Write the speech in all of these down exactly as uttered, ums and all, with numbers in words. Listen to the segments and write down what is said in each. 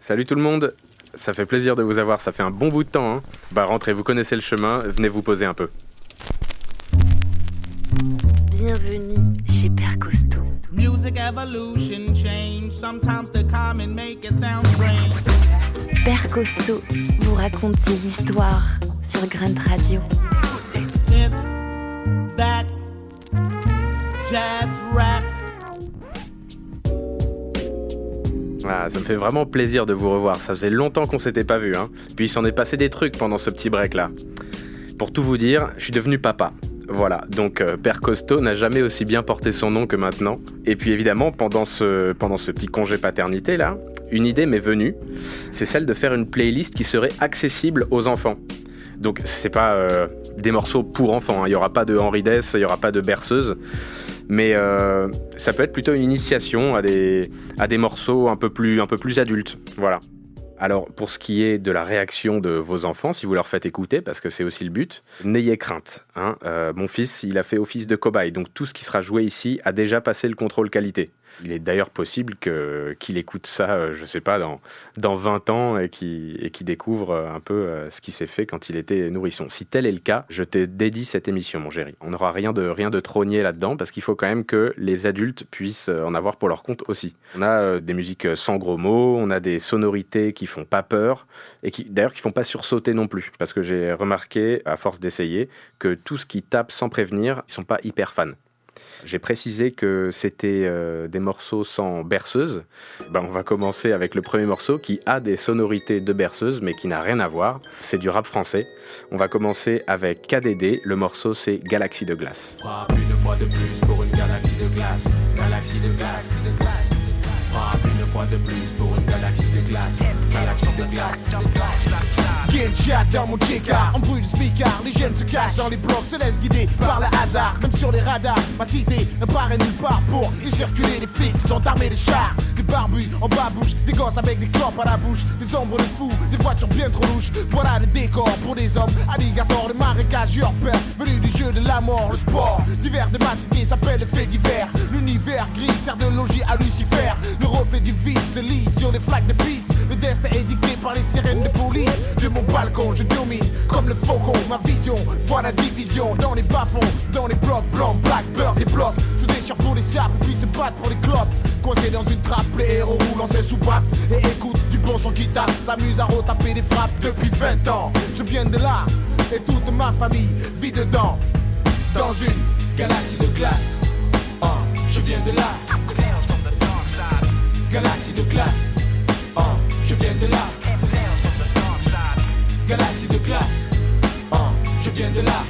Salut tout le monde, ça fait plaisir de vous avoir, ça fait un bon bout de temps. Hein. Bah rentrez, vous connaissez le chemin, venez vous poser un peu. Bienvenue chez Père Costaud. Music evolution change, sometimes the common make it sound strange. Père Costaud vous raconte ses histoires sur Grunt Radio. This, that, jazz rap. Ah, ça me fait vraiment plaisir de vous revoir, ça faisait longtemps qu'on s'était pas vu, hein. Puis il s'en est passé des trucs pendant ce petit break là. Pour tout vous dire, je suis devenu papa. Voilà, donc euh, Père Costaud n'a jamais aussi bien porté son nom que maintenant. Et puis évidemment, pendant ce, pendant ce petit congé paternité là, une idée m'est venue, c'est celle de faire une playlist qui serait accessible aux enfants. Donc c'est pas euh, des morceaux pour enfants, hein. Il y aura pas de Henri Dess, il y aura pas de berceuse. Mais euh, ça peut être plutôt une initiation à des, à des morceaux un peu plus, un peu plus adultes, voilà. Alors, pour ce qui est de la réaction de vos enfants, si vous leur faites écouter, parce que c'est aussi le but, n'ayez crainte. Hein. Euh, mon fils, il a fait office de cobaye, donc tout ce qui sera joué ici a déjà passé le contrôle qualité. Il est d'ailleurs possible que, qu'il écoute ça, euh, je sais pas, dans, dans vingt ans et qu'il, et qu'il découvre un peu euh, ce qui s'est fait quand il était nourrisson. Si tel est le cas, je te dédie cette émission, mon chéri. On n'aura rien de, rien de trogné là-dedans, parce qu'il faut quand même que les adultes puissent en avoir pour leur compte aussi. On a euh, des musiques sans gros mots, on a des sonorités qui font pas peur, et qui, d'ailleurs qui font pas sursauter non plus, parce que j'ai remarqué, à force d'essayer, que tout ce qui tape sans prévenir, ils sont pas hyper fans. J'ai précisé que c'était euh, des morceaux sans berceuse. Ben, on va commencer avec le premier morceau qui a des sonorités de berceuse mais qui n'a rien à voir. C'est du rap français. On va commencer avec K D D. Le morceau c'est Galaxie de glace. Frappe une fois de plus pour une galaxie de glace. Galaxie de glace. Frappe une fois de plus pour une galaxie de glace. Galaxie de glace. Gain chat dans mon check-out, on brûle le speaker, les jeunes se cachent dans les blocs, se laissent guider par le hasard, même sur les radars, ma cité ne paraît nulle part pour y circuler, les flics sont armés de chars, des barbus en babouche, des gosses avec des clopes à la bouche, des ombres de fous, des voitures bien trop louches, voilà le décor pour des hommes, alligators, le marécage urbain, venu du jeu de la mort, le sport, divers de ma cité s'appelle le fait divers, l'univers gris sert de logis à Lucifer, le reflet du vice se lit sur les flaques de piste, le destin est dicté par les sirènes de police, de mon balcon, je domine comme le faucon, ma vision, vois la division dans les bas-fonds, dans les blocs blancs, blackbird, les blocs, se déchirent pour les sapes, puis se battent pour les clopes, coincés dans une trappe, les héros roulent en ses soupapes, et écoute du bon son qui tape, s'amuse à retaper des frappes depuis vingt ans, je viens de là, et toute ma famille vit dedans, dans une galaxie de glace, oh, je viens de là, galaxie de glace, oh, je viens de là. Galaxie de glace, oh, je viens de là.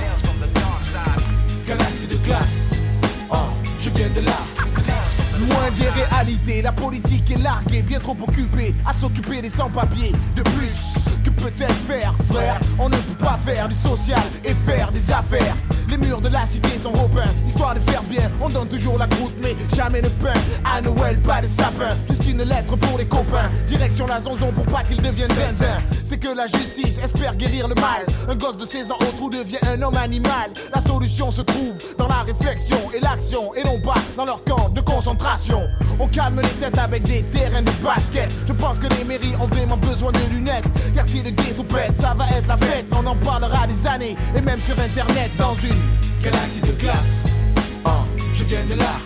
Galaxie de glace, oh, je viens de là. Loin des réalités, la politique est larguée, bien trop occupée à s'occuper des sans-papiers. De plus, que peut-elle faire, frère? On ne peut pas faire du social et faire des affaires. Les murs de la cité sont repeints, histoire de faire bien. On donne toujours la croûte, mais jamais le pain. À Noël, pas de sapin, juste une lettre pour les copains. Direction la zonzon pour pas qu'ils deviennent zinzin. C'est que la justice espère guérir le mal. Un gosse de seize ans au trou devient un homme animal. La solution se trouve dans la réflexion et l'action, et non pas dans leur camp de concentration. On calme les têtes avec des terrains de basket. Je pense que les mairies ont vraiment besoin de lunettes, car si le ghetto pète, ça va être la fête. On en parlera des années, et même sur internet. Dans une galaxie de glace, oh, je viens de là.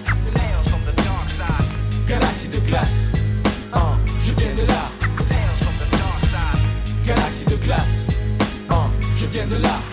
Galaxie de glace, oh, je viens de là. Galaxie de glace, oh, je viens de là.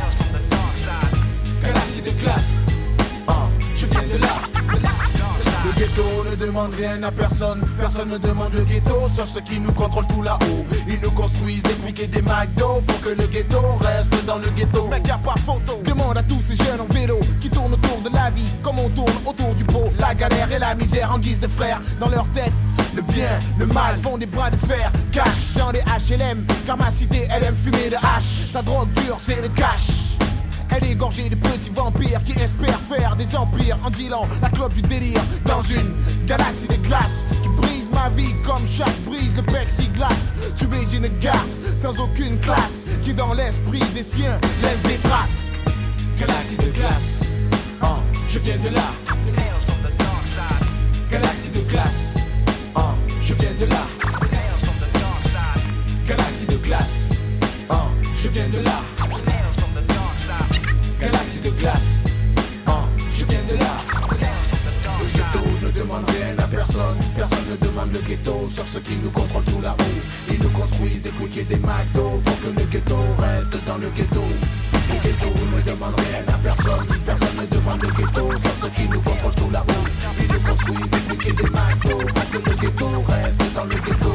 Galaxie de glace, oh, je viens de là. Le ghetto ne demande rien à personne, personne ne demande le ghetto, sauf ceux qui nous contrôlent tout là-haut. Ils nous construisent des briques et des McDo pour que le ghetto reste dans le ghetto. Mec, y'a pas photo. Demande à tous ces jeunes en vélo qui tournent autour de la vie, comme on tourne autour du pot. La galère et la misère en guise de frères, dans leur tête. Le bien, le mal font des bras de fer, cash dans les H L M, car ma cité elle aime fumer de hache. Sa drogue dure c'est le cash. Elle est gorgée de petits vampires qui espèrent faire des empires en dealant la clope du délire dans une galaxie de glace qui brise ma vie comme chaque brise de plexiglas. Tu es une garce sans aucune classe qui dans l'esprit des siens laisse des traces. Galaxie de glace, oh, je viens de là. Galaxie de glace, oh, je viens de là. je viens de là. Galaxie de glace, oh, je viens de là. Le ghetto ne demande rien à personne, personne ne demande le ghetto, sauf ceux qui nous contrôlent tout là-haut. Ils nous construisent des quick et des McDo pour que le ghetto reste dans le ghetto. Le ghetto ne demande rien à personne, personne ne demande le ghetto, sauf ceux qui nous contrôlent tout là-haut. Ils nous construisent des quick et des McDo pour que le ghetto reste dans le ghetto.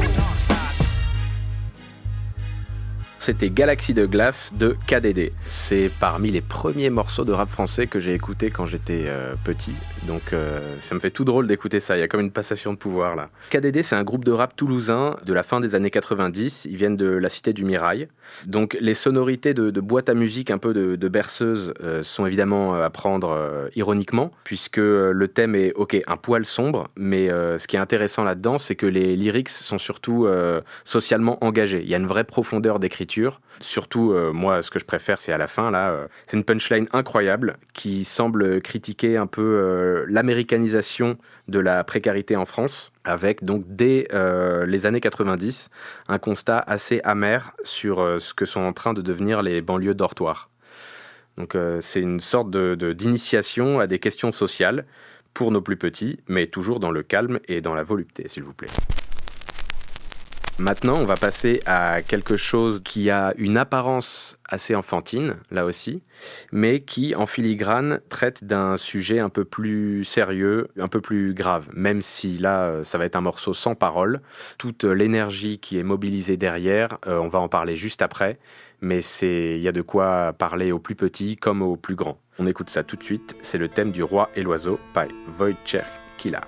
C'était Galaxie de glace de K D D. C'est parmi les premiers morceaux de rap français que j'ai écouté quand j'étais euh, petit. Donc euh, ça me fait tout drôle d'écouter ça. Il y a comme une passation de pouvoir là. K D D, c'est un groupe de rap toulousain de la fin des années quatre-vingt-dix. Ils viennent de la cité du Mirail. Donc les sonorités de, de boîte à musique, un peu de, de berceuse, euh, sont évidemment à prendre euh, ironiquement, puisque le thème est ok, un poil sombre, mais euh, ce qui est intéressant là-dedans, c'est que les lyrics sont surtout euh, socialement engagés. Il y a une vraie profondeur d'écriture. Surtout, euh, moi, ce que je préfère, c'est à la fin, là, euh, c'est une punchline incroyable qui semble critiquer un peu euh, l'américanisation de la précarité en France, avec donc dès euh, les années quatre-vingt-dix, un constat assez amer sur euh, ce que sont en train de devenir les banlieues dortoirs. Donc euh, c'est une sorte de, de, d'initiation à des questions sociales pour nos plus petits, mais toujours dans le calme et dans la volupté, s'il vous plaît. Maintenant, on va passer à quelque chose qui a une apparence assez enfantine, là aussi, mais qui, en filigrane, traite d'un sujet un peu plus sérieux, un peu plus grave. Même si là, ça va être un morceau sans parole, toute l'énergie qui est mobilisée derrière, euh, on va en parler juste après, mais il y a de quoi parler aux plus petits comme aux plus grands. On écoute ça tout de suite, c'est le thème du Roi et l'Oiseau par Wojciech Kilar.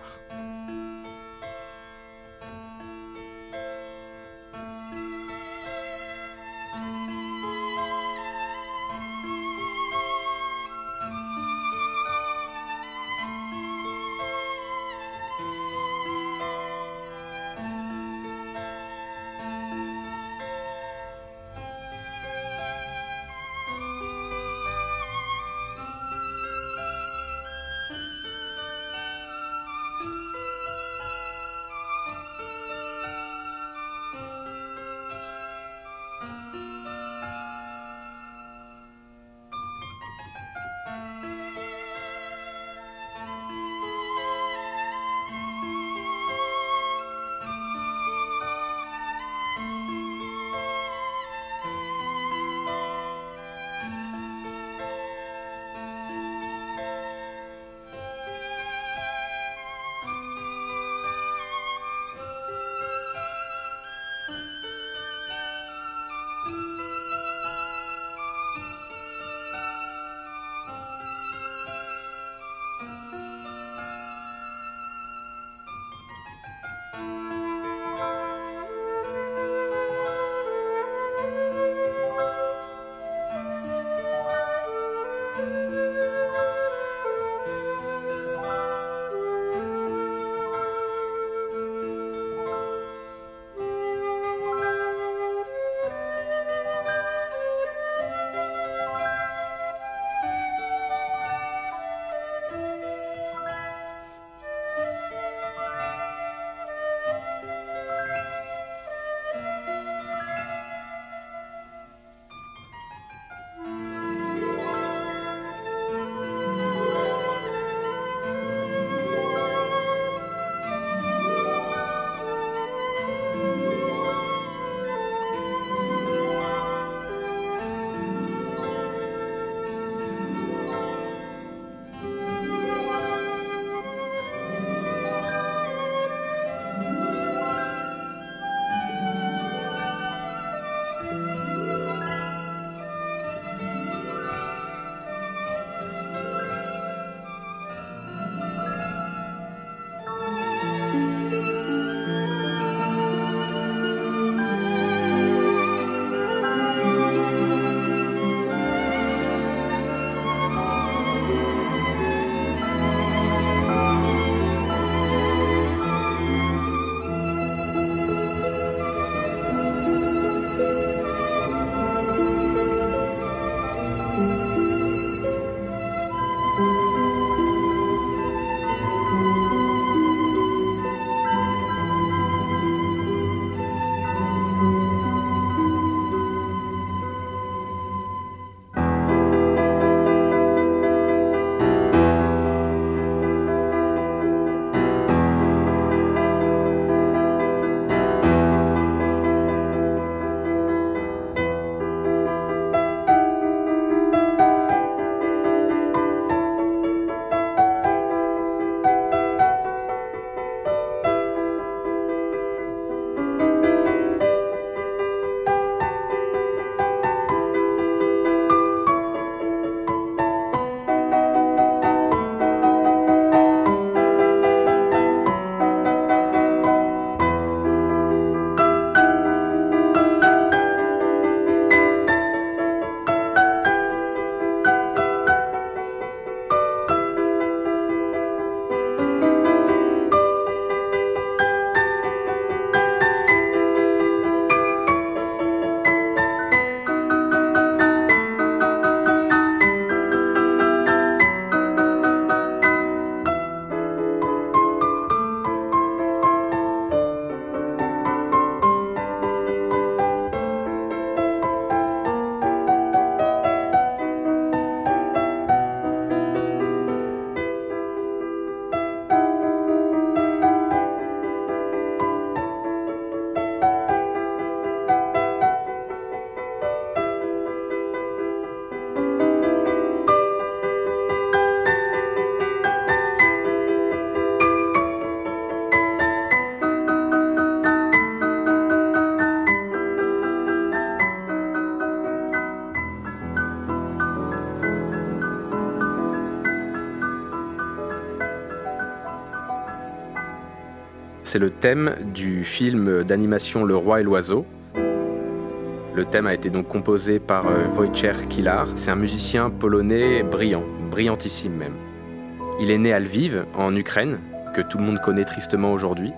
C'est le thème du film d'animation Le Roi et l'Oiseau. Le thème a été donc composé par euh, Wojciech Kilar. C'est un musicien polonais brillant, brillantissime même. Il est né à Lviv, en Ukraine, que tout le monde connaît tristement aujourd'hui.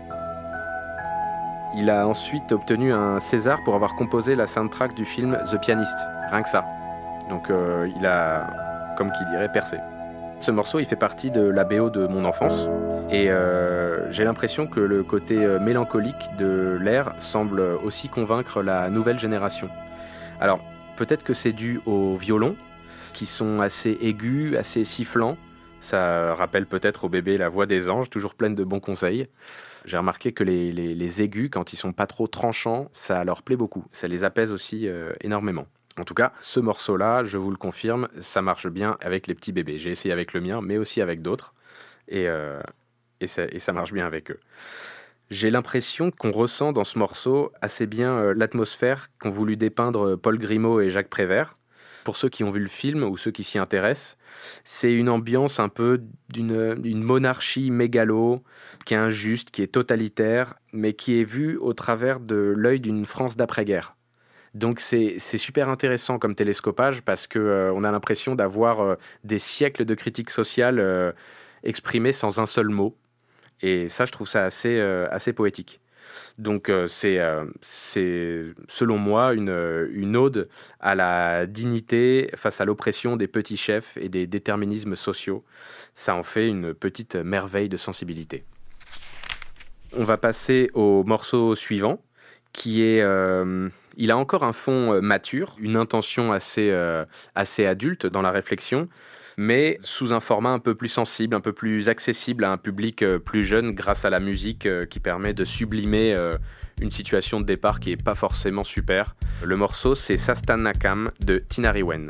Il a ensuite obtenu un César pour avoir composé la soundtrack du film The Pianist, rien que ça. Donc euh, il a, comme qui dirait, percé. Ce morceau, il fait partie de la B O de mon enfance. Et euh, j'ai l'impression que le côté mélancolique de l'air semble aussi convaincre la nouvelle génération. Alors, peut-être que c'est dû aux violons, qui sont assez aigus, assez sifflants. Ça rappelle peut-être au bébé la voix des anges, toujours pleine de bons conseils. J'ai remarqué que les, les, les aigus, quand ils sont pas trop tranchants, ça leur plaît beaucoup. Ça les apaise aussi euh, énormément. En tout cas, ce morceau-là, je vous le confirme, ça marche bien avec les petits bébés. J'ai essayé avec le mien, mais aussi avec d'autres. Et, euh, et, ça, et ça marche bien avec eux. J'ai l'impression qu'on ressent dans ce morceau assez bien euh, l'atmosphère qu'ont voulu dépeindre Paul Grimaud et Jacques Prévert. Pour ceux qui ont vu le film ou ceux qui s'y intéressent, c'est une ambiance un peu d'une, d'une monarchie mégalo, qui est injuste, qui est totalitaire, mais qui est vue au travers de l'œil d'une France d'après-guerre. Donc c'est, c'est super intéressant comme télescopage parce qu'on euh, a l'impression d'avoir euh, des siècles de critique sociale euh, exprimés sans un seul mot. Et ça, je trouve ça assez, euh, assez poétique. Donc euh, c'est, euh, c'est, selon moi, une, une ode à la dignité face à l'oppression des petits chefs et des déterminismes sociaux. Ça en fait une petite merveille de sensibilité. On va passer au morceau suivant, qui est... Euh, il a encore un fond mature, une intention assez, euh, assez adulte dans la réflexion, mais sous un format un peu plus sensible, un peu plus accessible à un public plus jeune grâce à la musique qui permet de sublimer une situation de départ qui n'est pas forcément super. Le morceau, c'est Sastanakam de Tinariwen.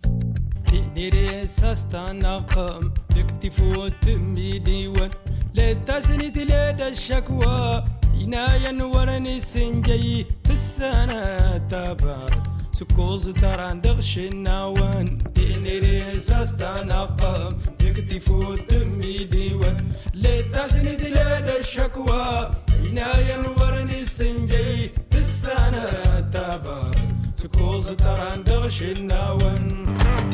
سكوز تران دغشنا وان دينيري ساستانا قام يكتفو تمي ديوان لتاسني دلاد الشكوى عنايا ورني السنجي تسانا تابار سكوز تران دغشنا وان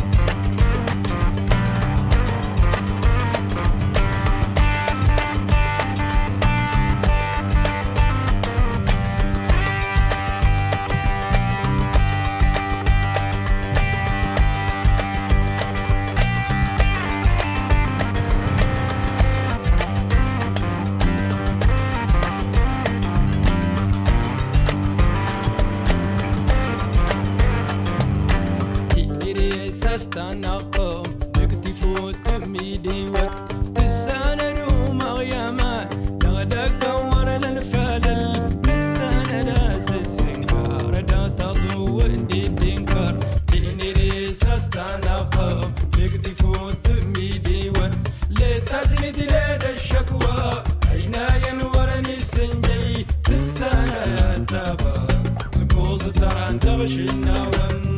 تنقم يكتفو تمي ديوان تسانا روم غيامان تغدق ورا الفلل تسانا ناس السنغار دا تضو اندي دينكر تيني ريساس تنقم يكتفو تمي ديوان لتاسني دلاد الشكوى عنايا وراني السنجي تسانا تابا سكوز تران تغشي النوان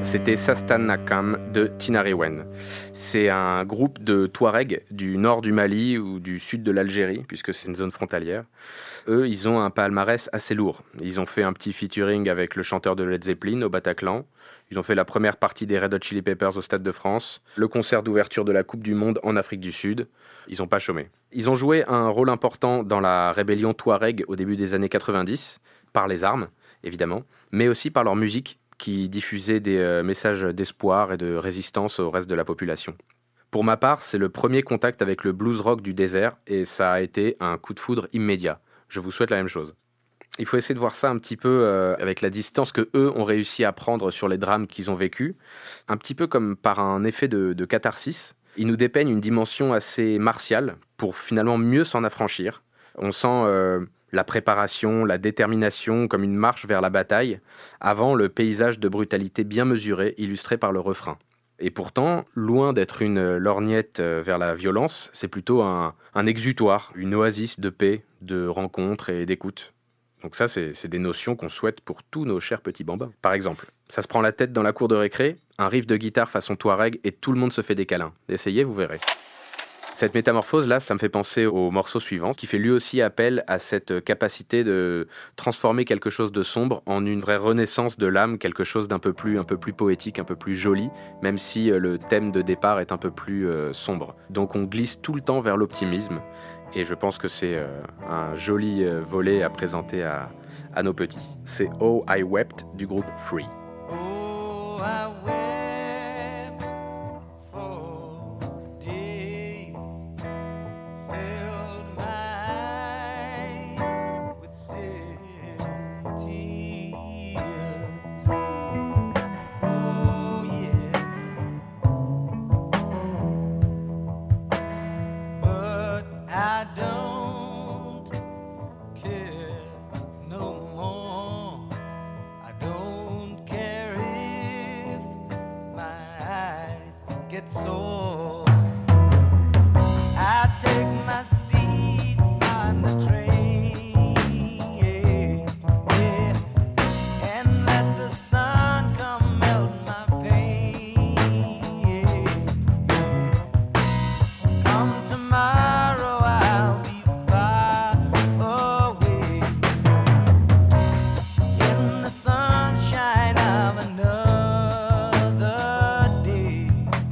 c'était Sastanakam de Tinariwen. C'est un groupe de Touaregs du nord du Mali ou du sud de l'Algérie, puisque c'est une zone frontalière. Eux, ils ont un palmarès assez lourd. Ils ont fait un petit featuring avec le chanteur de Led Zeppelin au Bataclan. Ils ont fait la première partie des Red Hot Chili Peppers au Stade de France, le concert d'ouverture de la Coupe du Monde en Afrique du Sud. Ils n'ont pas chômé. Ils ont joué un rôle important dans la rébellion Touareg au début des années quatre-vingt-dix, par les armes, évidemment, mais aussi par leur musique, qui diffusait des euh, messages d'espoir et de résistance au reste de la population. Pour ma part, c'est le premier contact avec le blues rock du désert et ça a été un coup de foudre immédiat. Je vous souhaite la même chose. Il faut essayer de voir ça un petit peu euh, avec la distance que eux ont réussi à prendre sur les drames qu'ils ont vécus, un petit peu comme par un effet de, de catharsis. Ils nous dépeignent une dimension assez martiale pour finalement mieux s'en affranchir. On sent euh, la préparation, la détermination comme une marche vers la bataille, avant le paysage de brutalité bien mesuré illustré par le refrain. Et pourtant, loin d'être une lorgnette vers la violence, c'est plutôt un, un exutoire, une oasis de paix, de rencontre et d'écoute. Donc ça, c'est, c'est des notions qu'on souhaite pour tous nos chers petits bambins. Par exemple, ça se prend la tête dans la cour de récré, un riff de guitare façon Touareg et tout le monde se fait des câlins. Essayez, vous verrez. Cette métamorphose-là, ça me fait penser au morceau suivant, qui fait lui aussi appel à cette capacité de transformer quelque chose de sombre en une vraie renaissance de l'âme, quelque chose d'un peu plus, un peu plus poétique, un peu plus joli, même si le thème de départ est un peu plus euh, sombre. Donc on glisse tout le temps vers l'optimisme, et je pense que c'est euh, un joli euh, volet à présenter à, à nos petits. C'est Oh I Wept du groupe Free. Oh, I wept for days, filled my eyes with silver tears. Oh, yeah. But I don't care no more. I don't care if my eyes get sore. I take my seat on the train, yeah, yeah, and let the sun come melt my pain, yeah, yeah. Come tomorrow, I'll be far away in the sunshine of another day.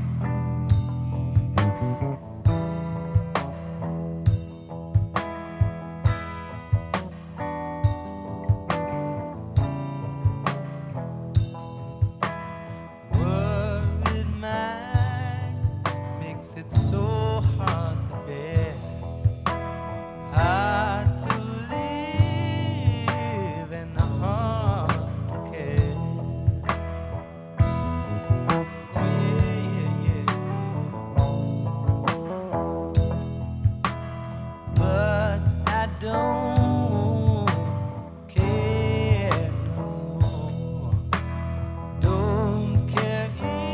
Worried mind makes it so hard to bear, hard to live and hard to care. Yeah, yeah, yeah. But I don't care no more. Don't care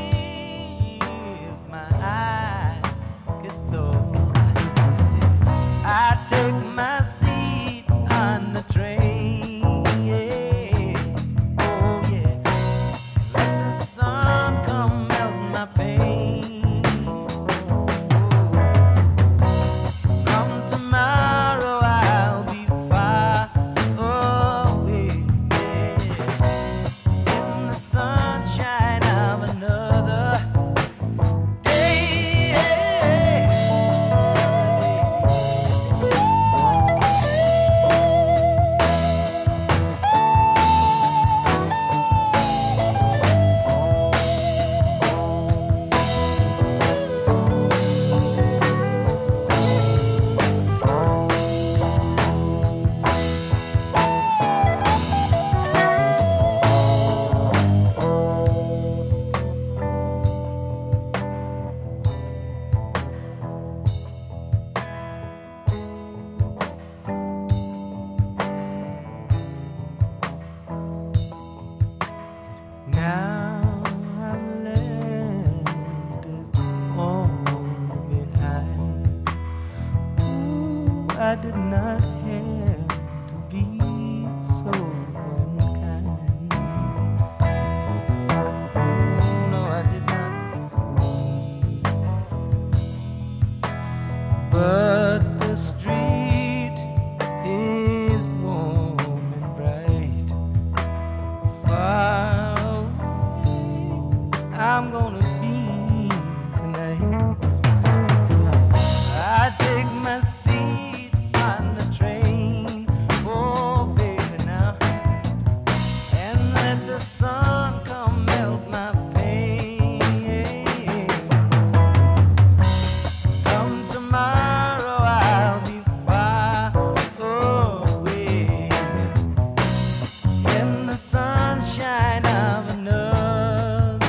if my eyes get sore. I take my seat on the train, yeah. Oh yeah, let the sun come melt my pain. Oh, come tomorrow, I'll be far away, yeah, in the sunshine of another day. Now I've left it all behind. Ooh, I did not have to be so unkind. Ooh, but the street is warm and bright. Far away, I'm gonna be tonight. I take my seat on the train, oh baby now, and let the sun come melt my pain. Come tomorrow, I'll be far away in the sunshine of another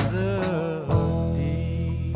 day.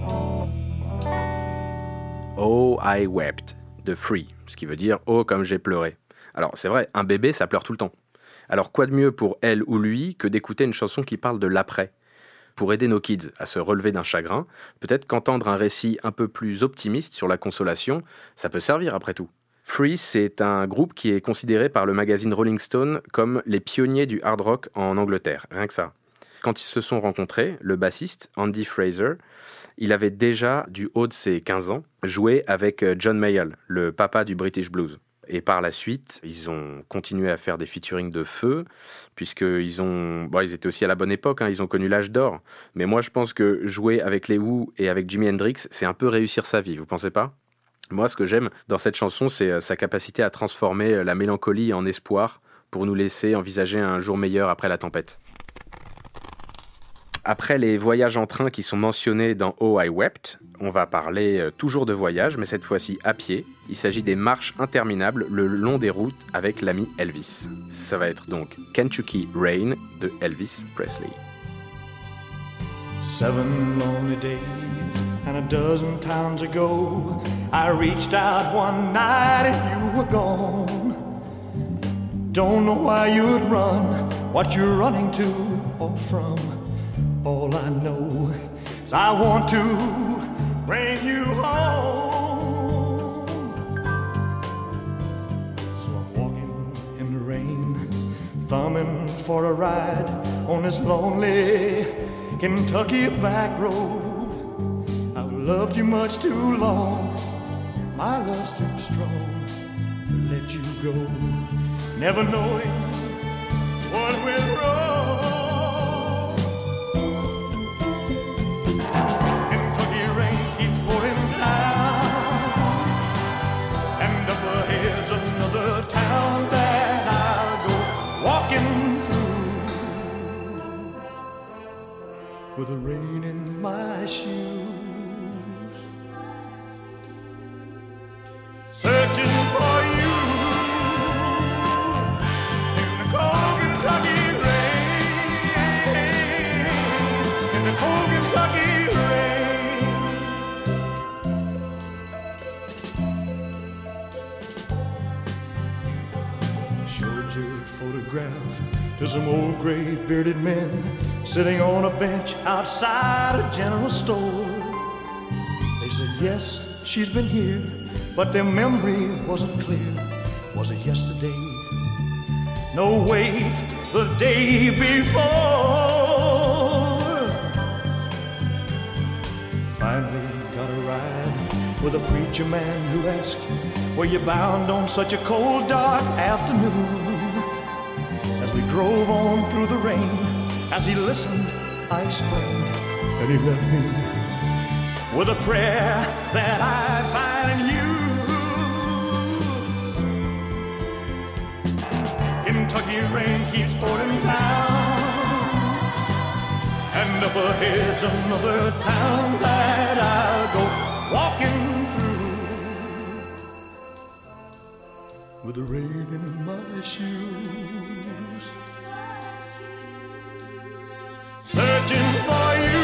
Oh, I wept de Free, ce qui veut dire oh comme j'ai pleuré. Alors c'est vrai, un bébé ça pleure tout le temps. Alors quoi de mieux pour elle ou lui que d'écouter une chanson qui parle de l'après? Pour aider nos kids à se relever d'un chagrin, peut-être qu'entendre un récit un peu plus optimiste sur la consolation, ça peut servir après tout. Free, c'est un groupe qui est considéré par le magazine Rolling Stone comme les pionniers du hard rock en Angleterre, rien que ça. Quand ils se sont rencontrés, le bassiste, Andy Fraser, il avait déjà, du haut de ses quinze ans, joué avec John Mayall, le papa du British Blues. Et par la suite, ils ont continué à faire des featuring de feu, puisqu'ils ont, bon, ils étaient aussi à la bonne époque, hein, ils ont connu l'âge d'or. Mais moi, je pense que jouer avec les Who et avec Jimi Hendrix, c'est un peu réussir sa vie, vous pensez pas ? Moi, ce que j'aime dans cette chanson, c'est sa capacité à transformer la mélancolie en espoir pour nous laisser envisager un jour meilleur après la tempête. Après les voyages en train qui sont mentionnés dans Oh I Wept, on va parler euh, toujours de voyage, mais cette fois-ci à pied. Il s'agit des marches interminables le long des routes avec l'ami Elvis. Ça va être donc Kentucky Rain de Elvis Presley. Seven lonely days and a dozen towns ago, I reached out one night and you were gone. Don't know why you'd run, what you're running to or from. All I know is I want to bring you home. So I'm walking in the rain, thumbing for a ride on this lonely Kentucky back road. I've loved you much too long, my love's too strong to let you go, never knowing what went wrong. Kentucky rain keeps pouring down, and up ahead's another town that I'll go walking through with the rain in my shoes, searching for you in the cold Kentucky rain, in the cold Kentucky rain. I showed your photograph to some old gray bearded men sitting on a bench outside a general store. They said, yes, she's been here, but their memory wasn't clear. Was it yesterday? No, wait, the day before. Finally got a ride with a preacher man who asked, were you bound on such a cold, dark afternoon? As we drove on through the rain, as he listened, I explained, and he left me with a prayer that I find in you. Kentucky rain keeps pouring down, and up ahead's another town that I'll go walking through with the rain in my shoes, searching for you.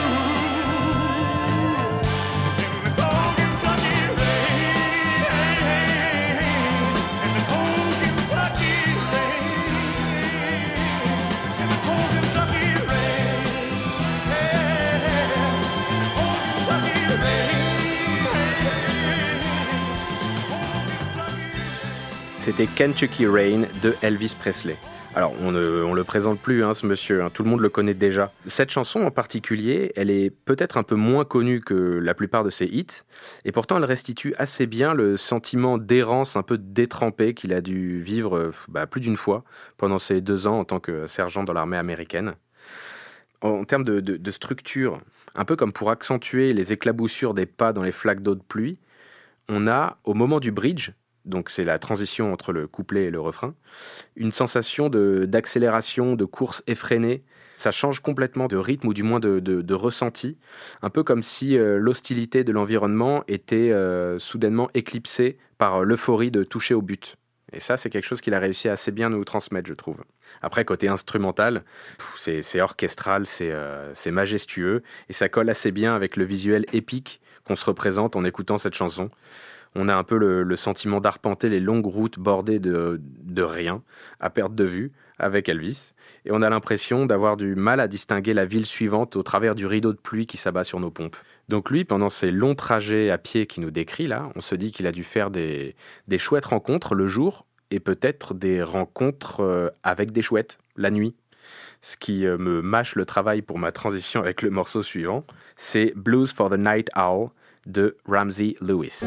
C'était Kentucky Rain de Elvis Presley. Alors, on ne on le présente plus, hein, ce monsieur, hein, tout le monde le connaît déjà. Cette chanson en particulier, elle est peut-être un peu moins connue que la plupart de ses hits, et pourtant elle restitue assez bien le sentiment d'errance un peu détrempé qu'il a dû vivre euh, bah, plus d'une fois pendant ses deux ans en tant que sergent dans l'armée américaine. En termes de, de, de structure, un peu comme pour accentuer les éclaboussures des pas dans les flaques d'eau de pluie, on a, au moment du bridge, donc c'est la transition entre le couplet et le refrain, une sensation de, d'accélération, de course effrénée. Ça change complètement de rythme ou du moins de, de, de ressenti, un peu comme si euh, l'hostilité de l'environnement était euh, soudainement éclipsée par l'euphorie de toucher au but. Et ça, c'est quelque chose qu'il a réussi à assez bien nous transmettre, je trouve. Après, côté instrumental, pff, c'est, c'est orchestral, c'est, euh, c'est majestueux, et ça colle assez bien avec le visuel épique qu'on se représente en écoutant cette chanson. On a un peu le, le sentiment d'arpenter les longues routes bordées de, de rien, à perte de vue, avec Elvis. Et on a l'impression d'avoir du mal à distinguer la ville suivante au travers du rideau de pluie qui s'abat sur nos pompes. Donc lui, pendant ces longs trajets à pied qu'il nous décrit là, on se dit qu'il a dû faire des, des chouettes rencontres le jour et peut-être des rencontres euh, avec des chouettes la nuit. Ce qui euh, me mâche le travail pour ma transition avec le morceau suivant, c'est Blues for the Night Owl de Ramsey Lewis.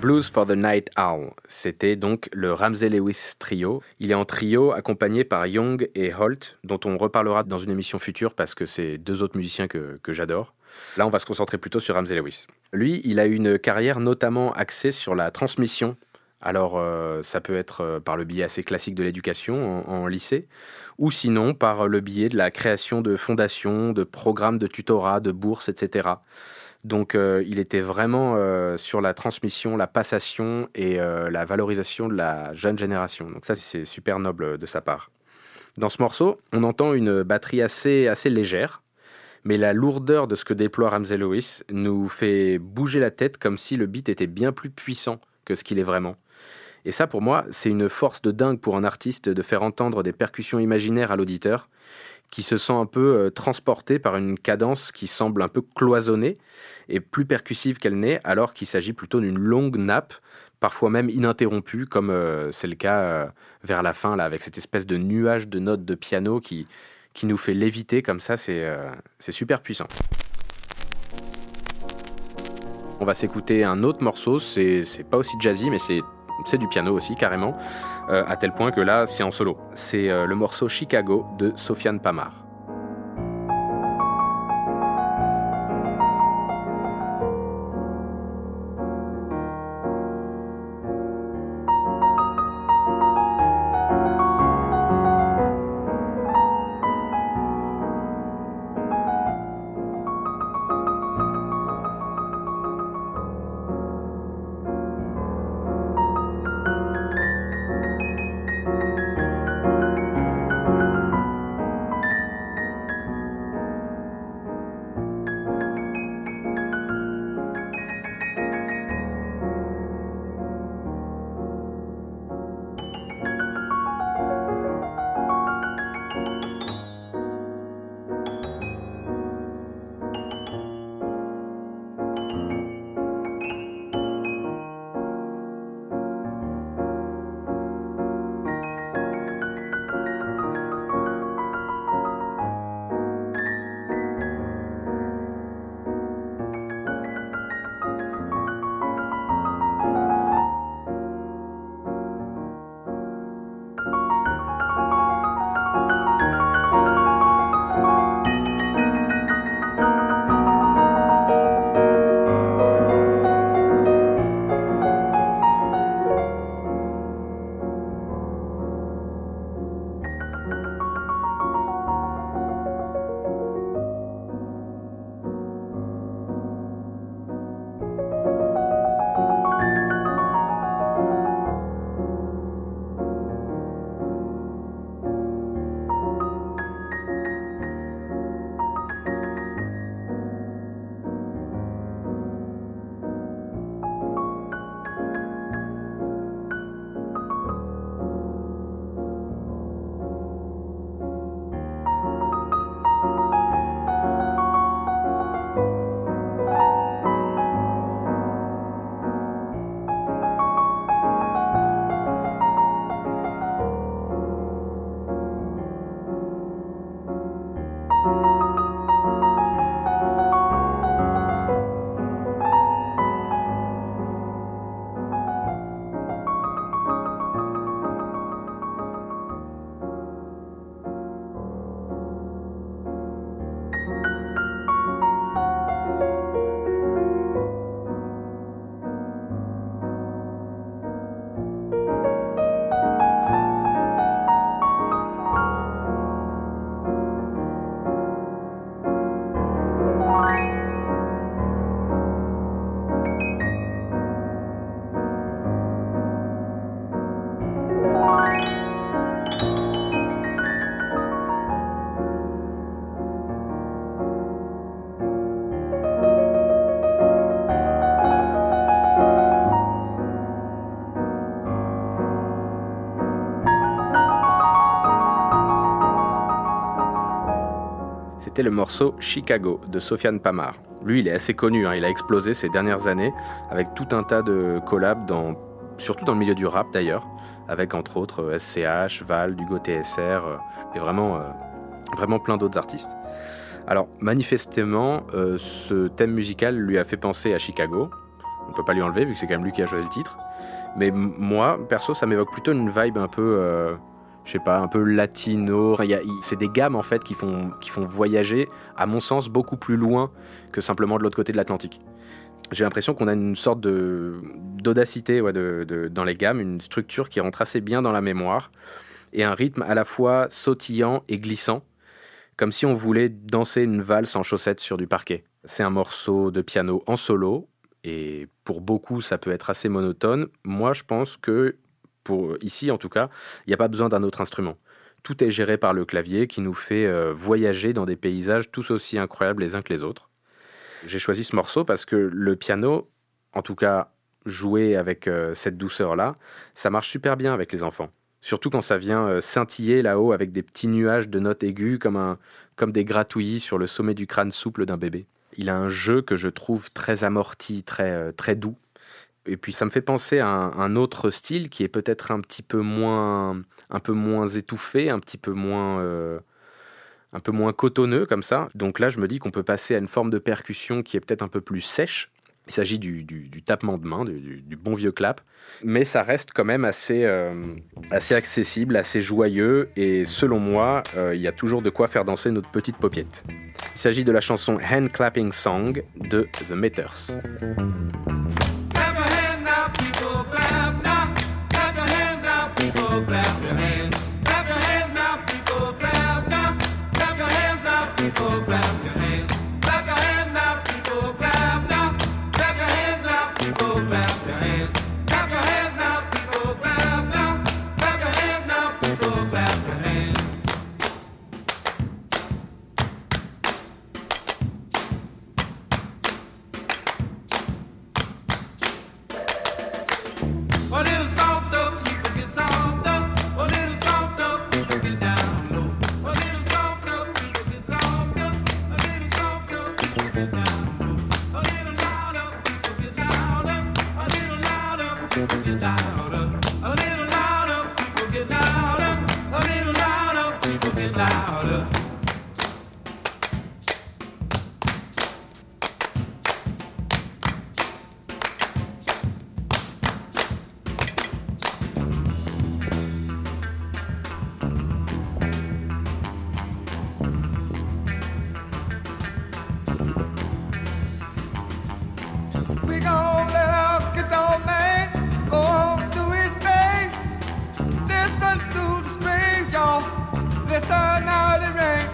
Blues for the Night Owl. C'était donc le Ramsey Lewis Trio. Il est en trio accompagné par Young et Holt, dont on reparlera dans une émission future parce que c'est deux autres musiciens que, que j'adore. Là, on va se concentrer plutôt sur Ramsey Lewis. Lui, il a une carrière notamment axée sur la transmission. Alors, euh, ça peut être euh, par le biais assez classique de l'éducation en, en lycée, ou sinon par le biais de la création de fondations, de programmes de tutorat, de bourses, et cetera. Donc, euh, il était vraiment euh, sur la transmission, la passation et euh, la valorisation de la jeune génération. Donc ça, c'est super noble de sa part. Dans ce morceau, on entend une batterie assez, assez légère, mais la lourdeur de ce que déploie Ramsey Lewis nous fait bouger la tête comme si le beat était bien plus puissant que ce qu'il est vraiment. Et ça, pour moi, c'est une force de dingue pour un artiste de faire entendre des percussions imaginaires à l'auditeur qui se sent un peu euh, transporté par une cadence qui semble un peu cloisonnée et plus percussive qu'elle n'est, alors qu'il s'agit plutôt d'une longue nappe, parfois même ininterrompue, comme euh, c'est le cas euh, vers la fin, là, avec cette espèce de nuage de notes de piano qui, qui nous fait léviter comme ça, c'est, euh, c'est super puissant. On va s'écouter un autre morceau, c'est, c'est pas aussi jazzy, mais c'est C'est du piano aussi, carrément, euh, à tel point que là, c'est en solo. C'est euh, le morceau Chicago de Sofiane Pamar. C'était le morceau Chicago de Sofiane Pamar. Lui, il est assez connu, hein, il a explosé ces dernières années avec tout un tas de collabs, dans, surtout dans le milieu du rap d'ailleurs, avec entre autres S C H, Val, Hugo T S R euh, et vraiment, euh, vraiment plein d'autres artistes. Alors manifestement, euh, ce thème musical lui a fait penser à Chicago, On peut pas lui enlever vu que c'est quand même lui qui a choisi le titre. Mais m- moi, perso, ça m'évoque plutôt une vibe un peu, euh, je sais pas, un peu latino. Enfin, y a, y, c'est des gammes en fait qui font, qui font voyager, à mon sens, beaucoup plus loin que simplement de l'autre côté de l'Atlantique. J'ai l'impression qu'on a une sorte de, d'audacité ouais, de, de, dans les gammes, une structure qui rentre assez bien dans la mémoire et un rythme à la fois sautillant et glissant, comme si on voulait danser une valse en chaussettes sur du parquet. C'est un morceau de piano en solo, et pour beaucoup, ça peut être assez monotone. Moi, je pense que, pour ici en tout cas, il n'y a pas besoin d'un autre instrument. Tout est géré par le clavier qui nous fait euh, voyager dans des paysages tous aussi incroyables les uns que les autres. J'ai choisi ce morceau parce que le piano, en tout cas joué avec euh, cette douceur-là, ça marche super bien avec les enfants. Surtout quand ça vient euh, scintiller là-haut avec des petits nuages de notes aiguës comme, un, comme des gratouillis sur le sommet du crâne souple d'un bébé. Il a un jeu que je trouve très amorti, très, euh, très doux. Et puis ça me fait penser à un, un autre style qui est peut-être un petit peu moins, un peu moins étouffé, un petit peu moins, euh, un peu moins cotonneux comme ça. Donc là, je me dis qu'on peut passer à une forme de percussion qui est peut-être un peu plus sèche. Il s'agit du, du, du tapement de main, du, du bon vieux clap, mais ça reste quand même assez, euh, assez accessible, assez joyeux, et selon moi, euh, il y a toujours de quoi faire danser notre petite paupiette. Il s'agit de la chanson Hand Clapping Song de The Meters. Clap your hands now, people, clap now. Clap your hands now, people, clap your hands. Clap your hands now, people, clap now. Clap your hands now, people, clap your hands. Clap your hands now, people, clap now. Clap your hands now, people, clap your hands. Clap your hands now, people, clap now. Clap your hands now, people, clap your hands. A little softer, people get softer. A little softer, people get down low. A little softer, people get softer. A little softer, people get down low. A little louder, people get louder. A little louder, people get louder. A little louder, people get louder. A little louder, people get louder. We gon' let our guitar man go on to his thing. Listen to the strings, y'all. Listen how they ring.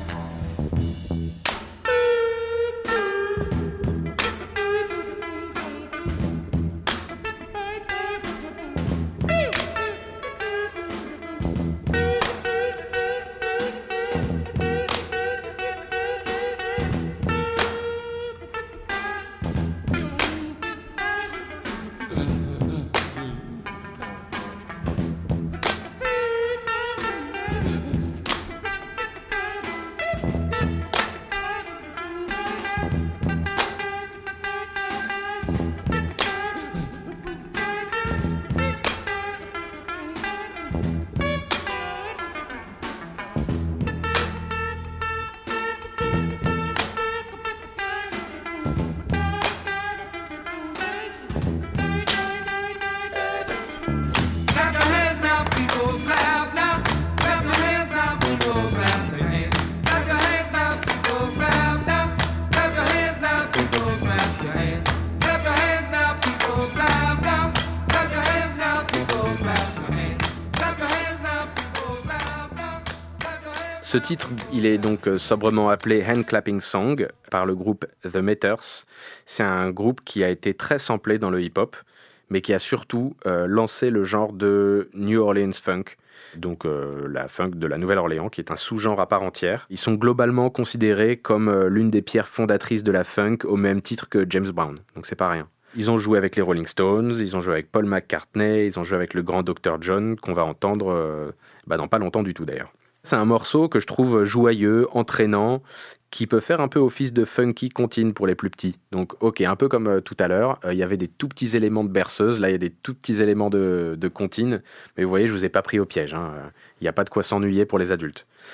Clap your hands now, people, clap now. Clap your hands now, people, clap your hands. Clap your hands now, people, clap now. Clap your hands now, people, clap your hands. Clap your hands now, people, clap now. Clap your hands now, people, clap your hands. Clap your hands now, people, clap now. Clap your hands. Ce titre, il est donc euh, sobrement appelé Hand Clapping Song par le groupe The Meters. C'est un groupe qui a été très samplé dans le hip-hop, mais qui a surtout euh, lancé le genre de New Orleans Funk, donc euh, la funk de la Nouvelle-Orléans, qui est un sous-genre à part entière. Ils sont globalement considérés comme euh, l'une des pierres fondatrices de la funk, au même titre que James Brown, donc c'est pas rien. Ils ont joué avec les Rolling Stones, ils ont joué avec Paul McCartney, ils ont joué avec le grand docteur John, qu'on va entendre euh, bah, dans pas longtemps du tout d'ailleurs. C'est un morceau que je trouve joyeux, entraînant, qui peut faire un peu office de funky comptine pour les plus petits. Donc ok, un peu comme euh, tout à l'heure, il euh, y avait des tout petits éléments de berceuse, là il y a des tout petits éléments de, de comptine, mais vous voyez, je vous ai pas pris au piège, il hein. n'y a pas de quoi s'ennuyer pour les adultes.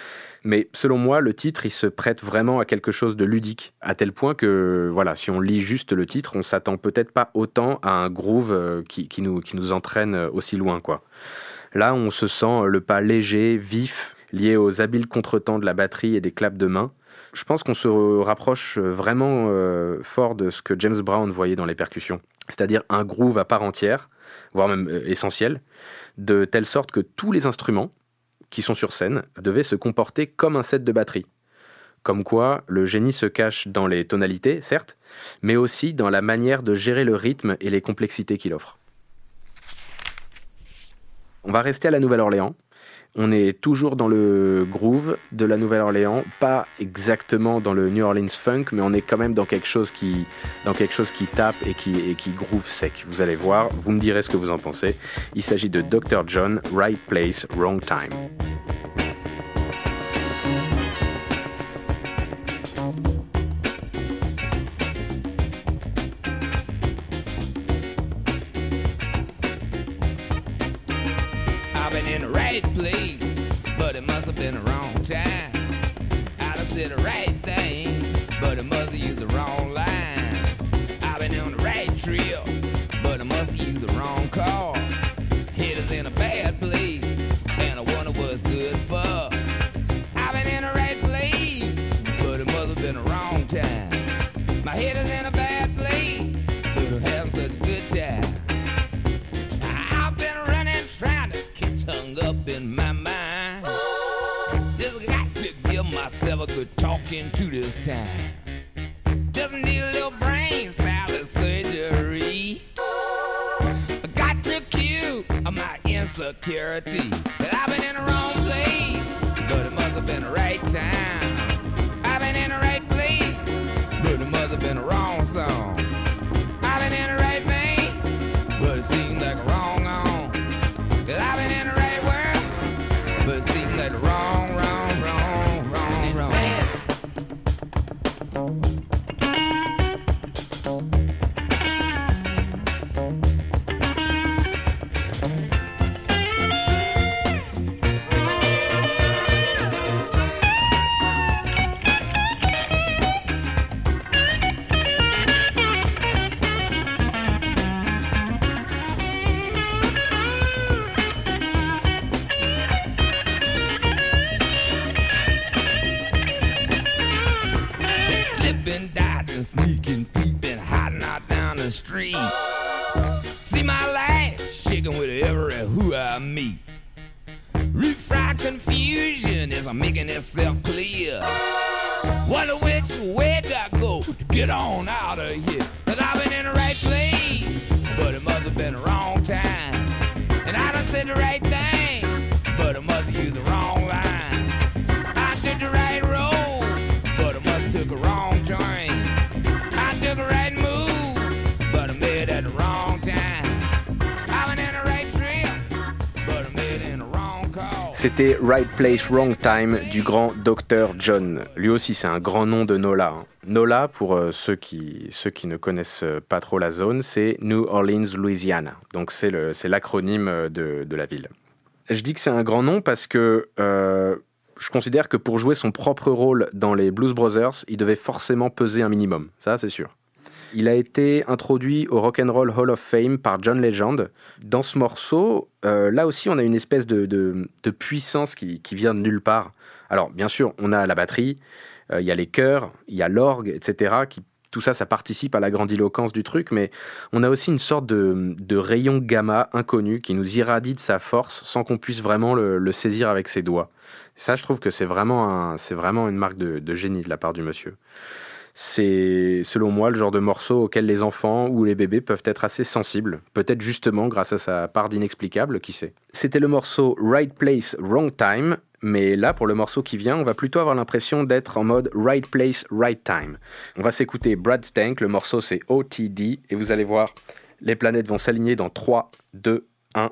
Mais selon moi, le titre, il se prête vraiment à quelque chose de ludique, à tel point que, voilà, si on lit juste le titre, on s'attend peut-être pas autant à un groove euh, qui, qui, nous, qui nous entraîne aussi loin, quoi. Là, on se sent le pas léger, vif, lié aux habiles contretemps de la batterie et des claps de main. Je pense qu'on se rapproche vraiment euh, fort de ce que James Brown voyait dans les percussions, c'est-à-dire un groove à part entière, voire même euh, essentiel, de telle sorte que tous les instruments qui sont sur scène devaient se comporter comme un set de batterie. Comme quoi, le génie se cache dans les tonalités, certes, mais aussi dans la manière de gérer le rythme et les complexités qu'il offre. On va rester à la Nouvelle-Orléans. On est toujours dans le groove de la Nouvelle-Orléans, pas exactement dans le New Orleans funk, mais on est quand même dans quelque chose qui, dans quelque chose qui tape et qui, et qui groove sec. Vous allez voir, vous me direz ce que vous en pensez. Il s'agit de docteur John, Right Place, Wrong Time. I've been in the right place, but it must have been the wrong time. I done said the right thing, but it must have used the wrong line. I've been on the right trail, but I must have used the wrong car. Head is in a bad place, and I wonder what it's good for. I've been in the right place, but it must have been the wrong time. My head is in a bad place, but I'm having such a good time. I've been running, trying to get hung up in my mind. Just got to give myself a good talking to this time. Just need a little brain salad surgery. I got to cure my insecurity. That I've been in the wrong place, but it must have been the right time. I've been in the right place, but it must have been the wrong song. I've been in the right vein, but it seems like a wrong on. That I've been in the right world, but it seems like the wrong, wrong, wrong, wrong, wrong. Slipping, dodging, sneaking, peeping, hiding out down the street. See my life shaking with every who I meet. Refried confusion is making itself clear. Wonder which way do I go to get on out of here? Cause I've been in the right place, but it must have been the wrong time. And I done said the right thing, but it must have used the wrong line. I took the right road, but I must have took a wrong train. I took a right move, but I made it at the wrong time. I went in the right trail, but I made it in the wrong call. C'était Right Place, Wrong Time du grand docteur John. Lui aussi, c'est un grand nom de Nola. hein. Nola, pour euh, ceux, qui, ceux qui ne connaissent pas trop la zone, c'est New Orleans, Louisiana. Donc c'est, le, c'est l'acronyme de, de la ville. Je dis que c'est un grand nom parce que euh, je considère que pour jouer son propre rôle dans les Blues Brothers, il devait forcément peser un minimum. Ça, c'est sûr. Il a été introduit au Rock and Roll Hall of Fame par John Legend. Dans ce morceau, euh, là aussi, on a une espèce de, de, de puissance qui, qui vient de nulle part. Alors, bien sûr, on a la batterie, il euh, y a les chœurs, il y a l'orgue, et cetera. Qui, tout ça, ça participe à la grandiloquence du truc, mais on a aussi une sorte de, de rayon gamma inconnu qui nous irradie de sa force sans qu'on puisse vraiment le, le saisir avec ses doigts. Ça, je trouve que c'est vraiment, un, c'est vraiment une marque de, de génie de la part du monsieur. C'est, selon moi, le genre de morceau auquel les enfants ou les bébés peuvent être assez sensibles, peut-être justement grâce à sa part d'inexplicable, qui sait. C'était le morceau Right Place, Wrong Time, mais là, pour le morceau qui vient, on va plutôt avoir l'impression d'être en mode Right Place, Right Time. On va s'écouter Brad Stank, le morceau c'est O T D, et vous allez voir, les planètes vont s'aligner dans trois, deux, un...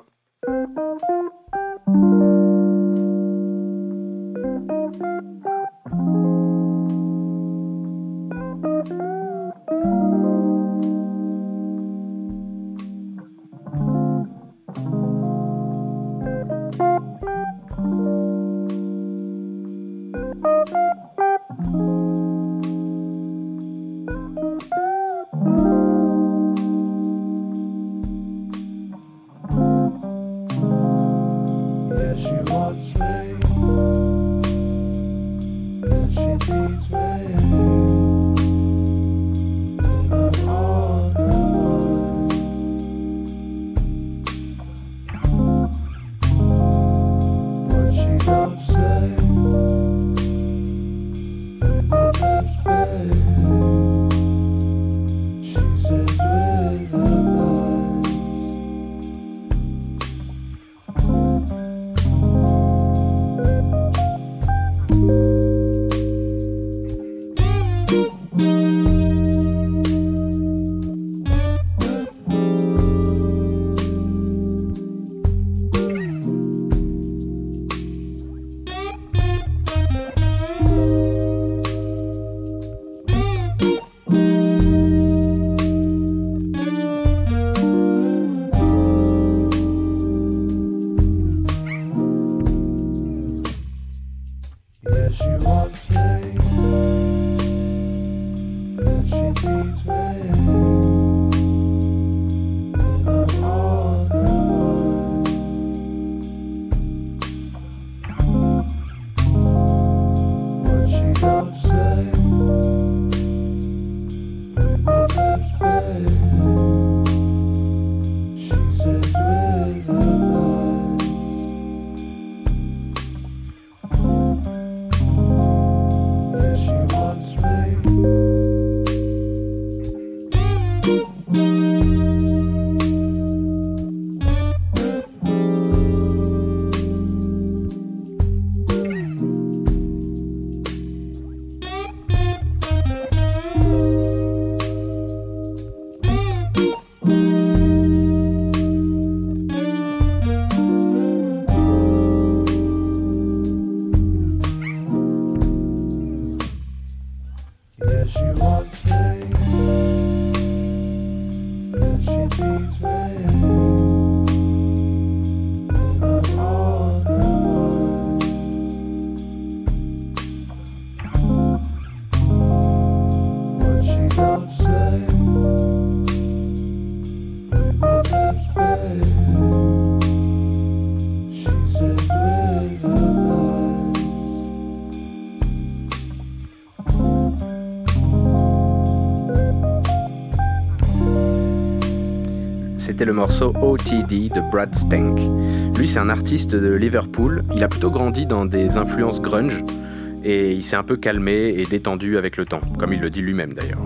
C'était le morceau O T D de Brad Stank. Lui, c'est un artiste de Liverpool. Il a plutôt grandi dans des influences grunge et il s'est un peu calmé et détendu avec le temps, comme il le dit lui-même d'ailleurs.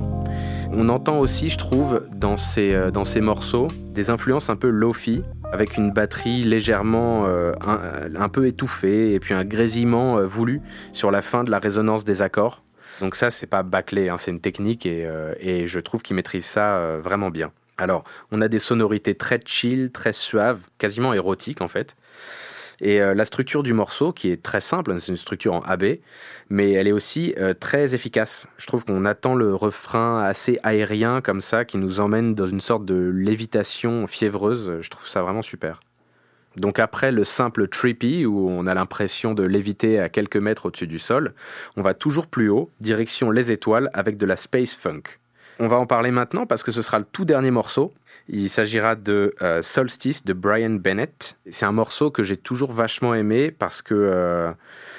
On entend aussi, je trouve, dans ses, dans ses morceaux, des influences un peu lo-fi, avec une batterie légèrement euh, un, un peu étouffée et puis un grésillement euh, voulu sur la fin de la résonance des accords. Donc ça, c'est pas bâclé, hein, c'est une technique et, euh, et je trouve qu'il maîtrise ça euh, vraiment bien. Alors, on a des sonorités très chill, très suaves, quasiment érotiques en fait. Et euh, la structure du morceau, qui est très simple, c'est une structure en A B, mais elle est aussi euh, très efficace. Je trouve qu'on attend le refrain assez aérien comme ça, qui nous emmène dans une sorte de lévitation fiévreuse. Je trouve ça vraiment super. Donc après le simple trippy, où on a l'impression de léviter à quelques mètres au-dessus du sol, on va toujours plus haut, direction les étoiles, avec de la space funk. On va en parler maintenant parce que ce sera le tout dernier morceau. Il s'agira de euh, Solstice de Brian Bennett. C'est un morceau que j'ai toujours vachement aimé parce que euh,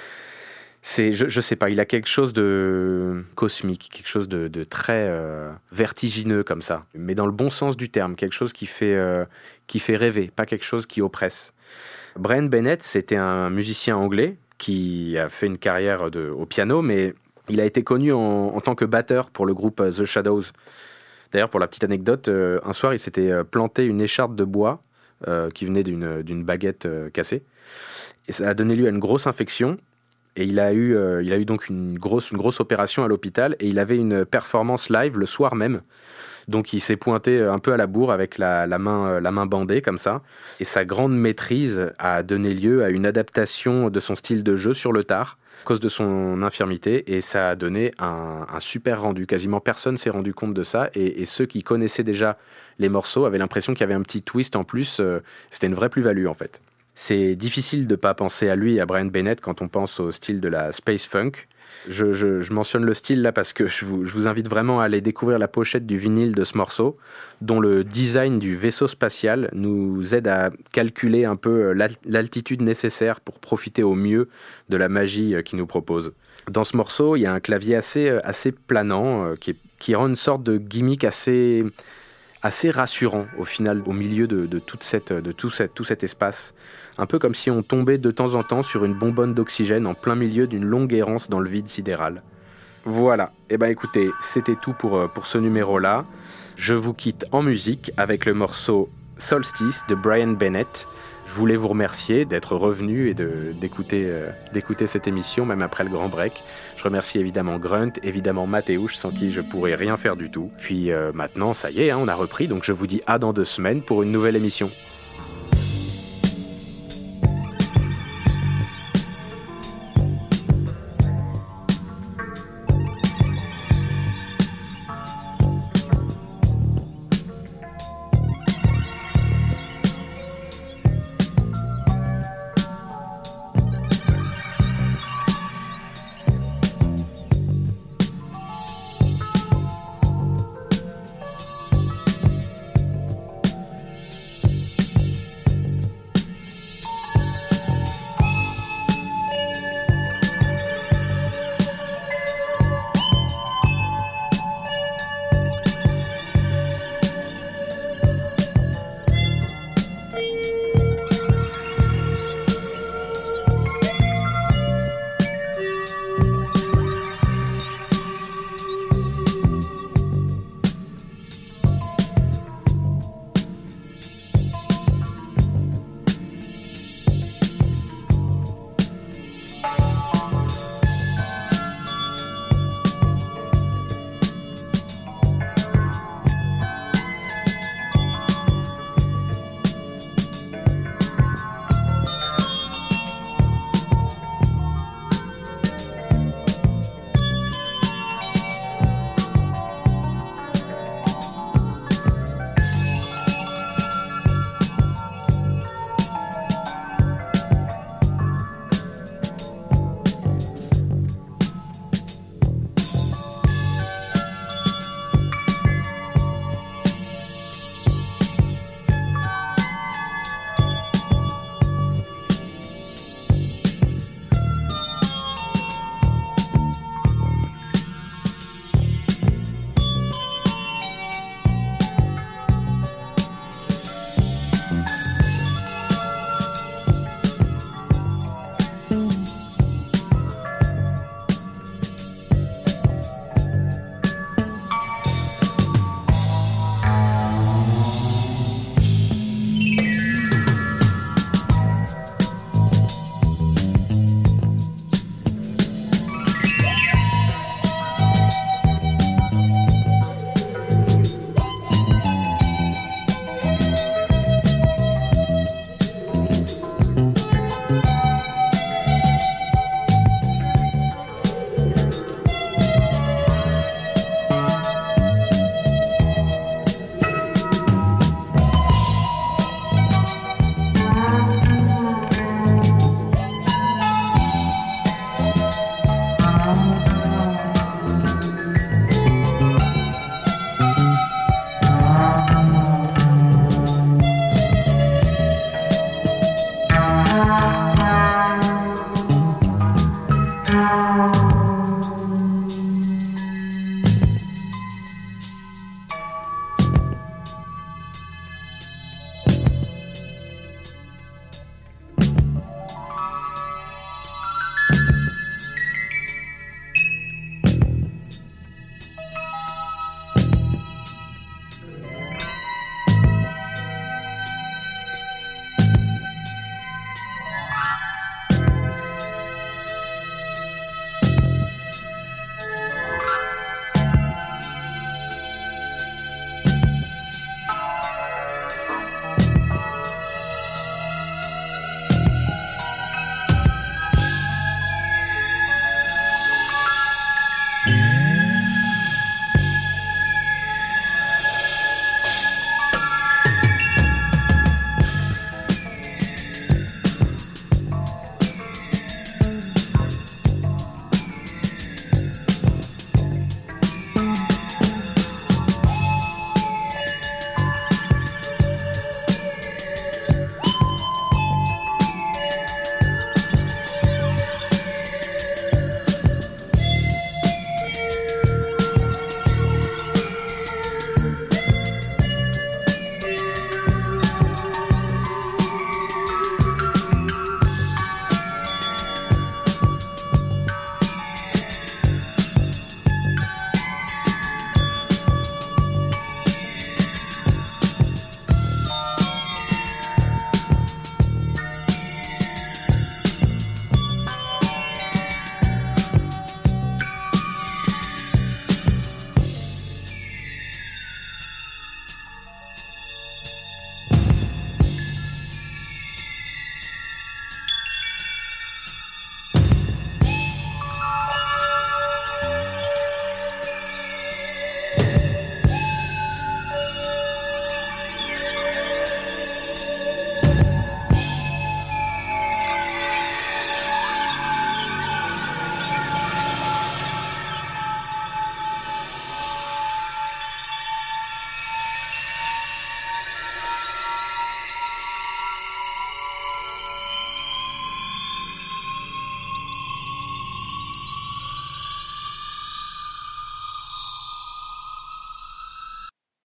c'est, je, je sais pas, il a quelque chose de cosmique, quelque chose de, de très euh, vertigineux comme ça, mais dans le bon sens du terme, quelque chose qui fait, euh, qui fait rêver, pas quelque chose qui oppresse. Brian Bennett, c'était un musicien anglais qui a fait une carrière de, au piano, mais il a été connu en, en tant que batteur pour le groupe The Shadows. D'ailleurs, pour la petite anecdote, euh, un soir, il s'était planté une écharpe de bois euh, qui venait d'une, d'une baguette euh, cassée. Et ça a donné lieu à une grosse infection. Et il a eu, euh, il a eu donc une grosse, une grosse opération à l'hôpital. Et il avait une performance live le soir même. Donc il s'est pointé un peu à la bourre avec la, la, main, la main bandée comme ça. Et sa grande maîtrise a donné lieu à une adaptation de son style de jeu sur le tard, à cause de son infirmité, et ça a donné un, un super rendu. Quasiment personne s'est rendu compte de ça, et, et ceux qui connaissaient déjà les morceaux avaient l'impression qu'il y avait un petit twist en plus. Euh, c'était une vraie plus-value en fait. C'est difficile de ne pas penser à lui, à Brian Bennett, quand on pense au style de la space funk. Je, je, je mentionne le style là parce que je vous, je vous invite vraiment à aller découvrir la pochette du vinyle de ce morceau, dont le design du vaisseau spatial nous aide à calculer un peu l'altitude nécessaire pour profiter au mieux de la magie qu'il nous propose. Dans ce morceau, il y a un clavier assez, assez planant qui, est, qui rend une sorte de gimmick assez, assez rassurant au final, au milieu de, de, toute cette, de tout, cette, tout cet espace. Un peu comme si on tombait de temps en temps sur une bonbonne d'oxygène en plein milieu d'une longue errance dans le vide sidéral. Voilà, et eh ben écoutez, c'était tout pour, pour ce numéro-là. Je vous quitte en musique avec le morceau Solstice de Brian Bennett. Je voulais vous remercier d'être revenu et de, d'écouter, euh, d'écouter cette émission, même après le grand break. Je remercie évidemment Grunt, évidemment Mathéouche, sans qui je pourrais rien faire du tout. Puis euh, maintenant, ça y est, hein, on a repris, donc je vous dis à dans deux semaines pour une nouvelle émission.